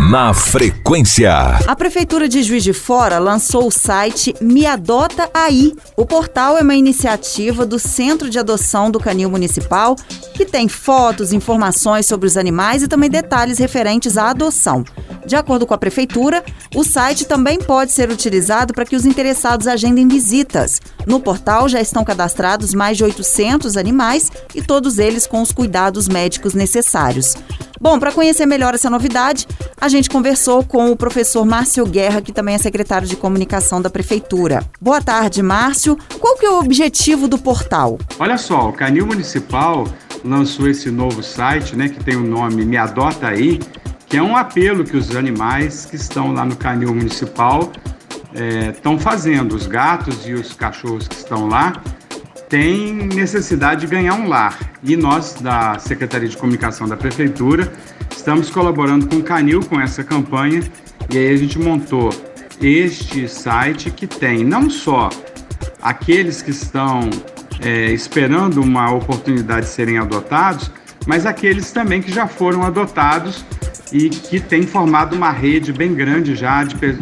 Na Frequência. A Prefeitura de Juiz de Fora lançou o site Me Adota Aí. O portal é uma iniciativa do Centro de Adoção do Canil Municipal, que tem fotos, informações sobre os animais e também detalhes referentes à adoção. De acordo com a Prefeitura, o site também pode ser utilizado para que os interessados agendem visitas. No portal já estão cadastrados mais de 800 animais e todos eles com os cuidados médicos necessários. Bom, para conhecer melhor essa novidade, a gente conversou com o professor Márcio Guerra, que também é secretário de comunicação da Prefeitura. Boa tarde, Márcio. Qual que é o objetivo do portal? Olha só, o Canil Municipal lançou esse novo site, que tem o nome Me Adota Aí, que é um apelo que os animais que estão lá no Canil Municipal estão fazendo. Os gatos e os cachorros que estão lá têm necessidade de ganhar um lar. E nós, da Secretaria de Comunicação da Prefeitura, estamos colaborando com o Canil com essa campanha. E aí a gente montou este site que tem não só aqueles que estão esperando uma oportunidade de serem adotados, mas aqueles também que já foram adotados e que tem formado uma rede bem grande já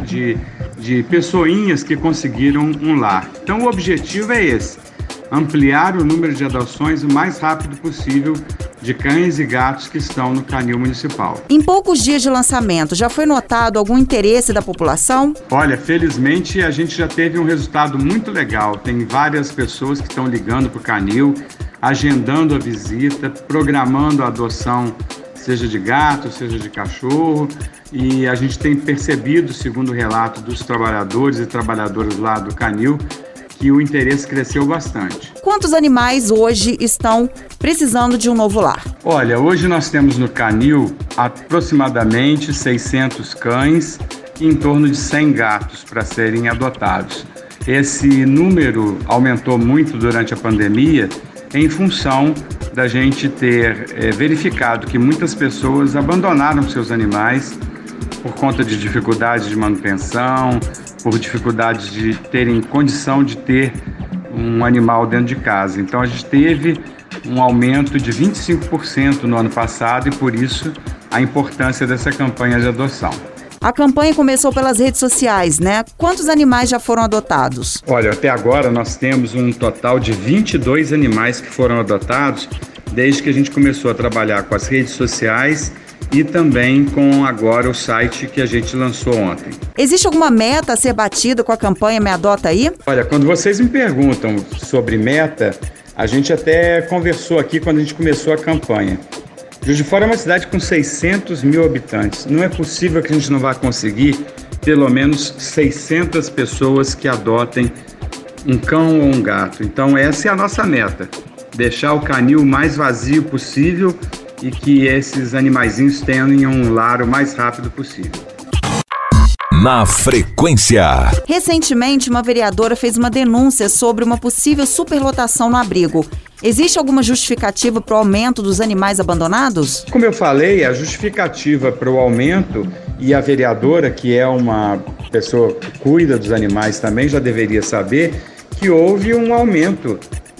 de pessoinhas que conseguiram um lar. Então o objetivo é esse: ampliar o número de adoções o mais rápido possível de cães e gatos que estão no Canil Municipal. Em poucos dias de lançamento, já foi notado algum interesse da população? Olha, felizmente a gente já teve um resultado muito legal. Tem várias pessoas que estão ligando para o Canil, agendando a visita, programando a adoção, seja de gato, seja de cachorro, e a gente tem percebido, segundo o relato dos trabalhadores e trabalhadoras lá do Canil, que o interesse cresceu bastante. Quantos animais hoje estão precisando de um novo lar? Olha, hoje nós temos no Canil aproximadamente 600 cães e em torno de 100 gatos para serem adotados. Esse número aumentou muito durante a pandemia em função da gente ter verificado que muitas pessoas abandonaram seus animais por conta de dificuldades de manutenção, por dificuldades de terem condição de ter um animal dentro de casa. Então a gente teve um aumento de 25% no ano passado e por isso a importância dessa campanha de adoção. A campanha começou pelas redes sociais, Quantos animais já foram adotados? Olha, até agora nós temos um total de 22 animais que foram adotados desde que a gente começou a trabalhar com as redes sociais e também com agora o site que a gente lançou ontem. Existe alguma meta a ser batida com a campanha Me Adota Aí? Olha, quando vocês me perguntam sobre meta, a gente até conversou aqui quando a gente começou a campanha. Juiz de Fora é uma cidade com 600 mil habitantes. Não é possível que a gente não vá conseguir pelo menos 600 pessoas que adotem um cão ou um gato. Então essa é a nossa meta: deixar o canil o mais vazio possível e que esses animaizinhos tenham um lar o mais rápido possível. Na Frequência. Recentemente, uma vereadora fez uma denúncia sobre uma possível superlotação no abrigo. Existe alguma justificativa para o aumento dos animais abandonados? Como eu falei, a justificativa para o aumento, e a vereadora, que é uma pessoa que cuida dos animais também, já deveria saber que houve um aumento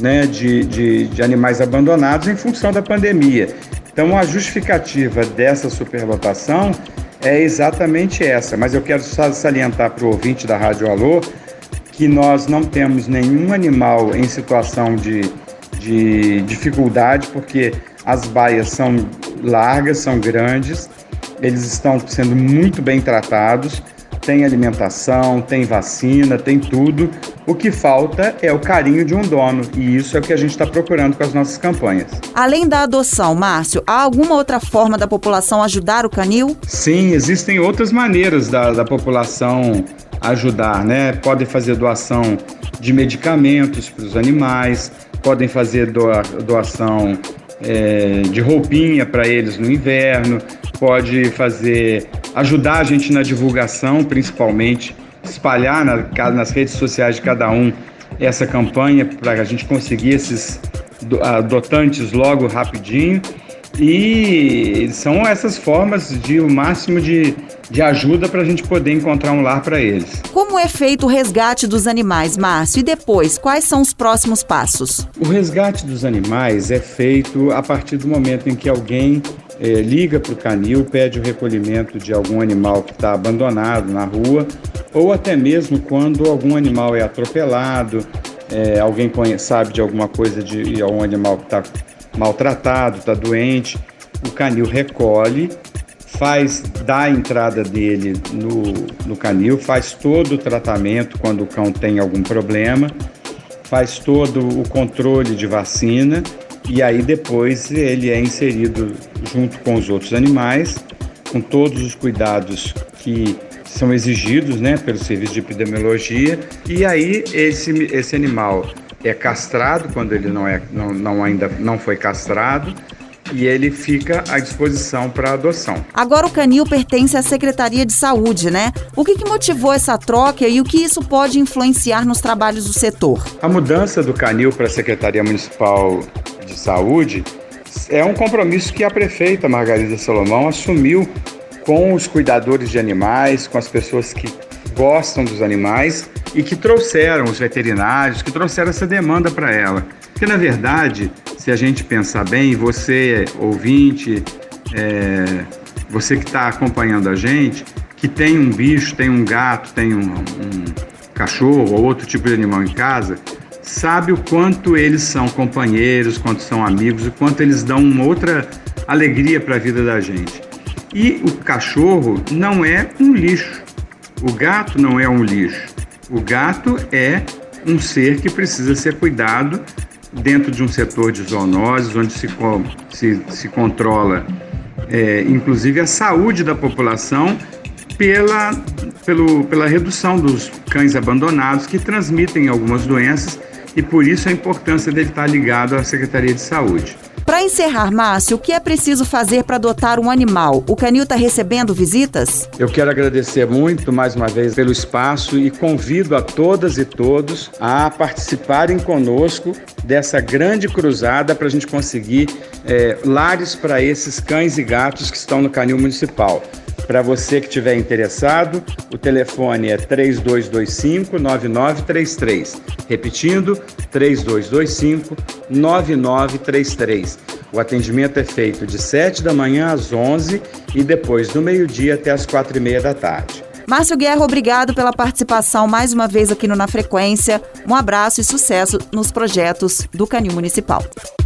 de animais abandonados em função da pandemia. Então a justificativa dessa superlotação é exatamente essa, mas eu quero só salientar para o ouvinte da Rádio Alô que nós não temos nenhum animal em situação de dificuldade, porque as baias são largas, são grandes, eles estão sendo muito bem tratados, tem alimentação, tem vacina, tem tudo. O que falta é o carinho de um dono, e isso é o que a gente está procurando com as nossas campanhas. Além da adoção, Márcio, há alguma outra forma da população ajudar o canil? Sim, existem outras maneiras da população ajudar, Podem fazer doação de medicamentos para os animais, podem fazer doação de roupinha para eles no inverno, pode ajudar a gente na divulgação, principalmente espalhar nas redes sociais de cada um essa campanha para a gente conseguir esses adotantes logo rapidinho. E são essas formas o máximo de ajuda para a gente poder encontrar um lar para eles. Como é feito o resgate dos animais, Márcio? E depois, quais são os próximos passos? O resgate dos animais é feito a partir do momento em que alguém liga para o canil, pede o recolhimento de algum animal que está abandonado na rua, ou até mesmo quando algum animal é atropelado, alguém sabe de alguma coisa de algum animal que está maltratado, está doente, o canil recolhe, dá a entrada dele no canil, faz todo o tratamento quando o cão tem algum problema, faz todo o controle de vacina e aí depois ele é inserido junto com os outros animais, com todos os cuidados que são exigidos, né, pelo serviço de epidemiologia, e aí esse animal é castrado quando ele ainda não foi castrado, e ele fica à disposição para adoção. Agora o canil pertence à Secretaria de Saúde, né? O que motivou essa troca e o que isso pode influenciar nos trabalhos do setor? A mudança do canil para a Secretaria Municipal de Saúde é um compromisso que a prefeita Margarida Salomão assumiu com os cuidadores de animais, com as pessoas que gostam dos animais e que trouxeram os veterinários, que trouxeram essa demanda para ela. Porque, na verdade, se a gente pensar bem, você, ouvinte, você que está acompanhando a gente, que tem um bicho, tem um gato, tem um cachorro ou outro tipo de animal em casa, sabe o quanto eles são companheiros, quanto são amigos, o quanto eles dão uma outra alegria para a vida da gente. E o cachorro não é um lixo, o gato não é um lixo, o gato é um ser que precisa ser cuidado dentro de um setor de zoonoses, onde se controla, inclusive, a saúde da população pela redução dos cães abandonados que transmitem algumas doenças e, por isso, a importância dele estar ligado à Secretaria de Saúde. Para encerrar, Márcio, o que é preciso fazer para adotar um animal? O canil está recebendo visitas? Eu quero agradecer muito, mais uma vez, pelo espaço e convido a todas e todos a participarem conosco dessa grande cruzada para a gente conseguir lares para esses cães e gatos que estão no canil municipal. Para você que estiver interessado, o telefone é 3225-9933. Repetindo, 3225-9933. O atendimento é feito de 7 da manhã às 11 e depois do meio-dia até às 4h30 da tarde. Márcio Guerra, obrigado pela participação mais uma vez aqui no Na Frequência. Um abraço e sucesso nos projetos do Canil Municipal.